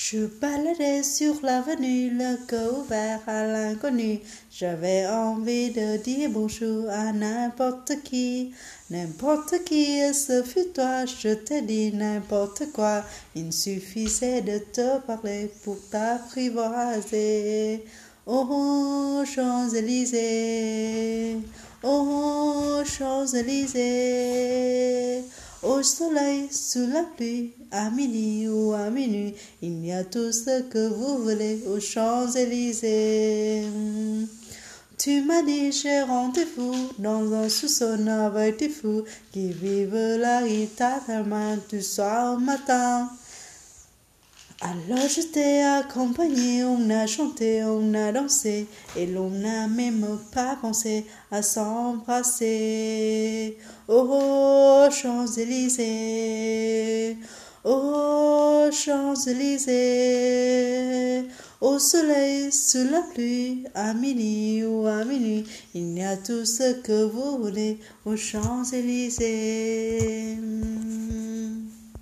Je baladais sur l'avenue, le cœur ouvert à l'inconnu. J'avais envie de dire bonjour à n'importe qui. N'importe qui, ce fut toi, je t'ai dit n'importe quoi. Il suffisait de te parler pour t'apprivoiser. Oh, Champs-Élysées, oh, Champs-Élysées. Au soleil, sous la pluie, à midi ou à minuit, il y a tout ce que vous voulez aux Champs-Élysées. Tu m'as dit j'ai rendez-vous dans un sous-sol avec des fous qui vivent la vie tellement du soir au matin. Alors je t'ai accompagné, on a chanté, on a dansé, et l'on n'a même pas pensé à s'embrasser. Oh, Champs-Élysées, oh, Champs-Élysées, au soleil, sous la pluie, à midi ou à minuit, il y a tout ce que vous voulez aux Champs-Élysées.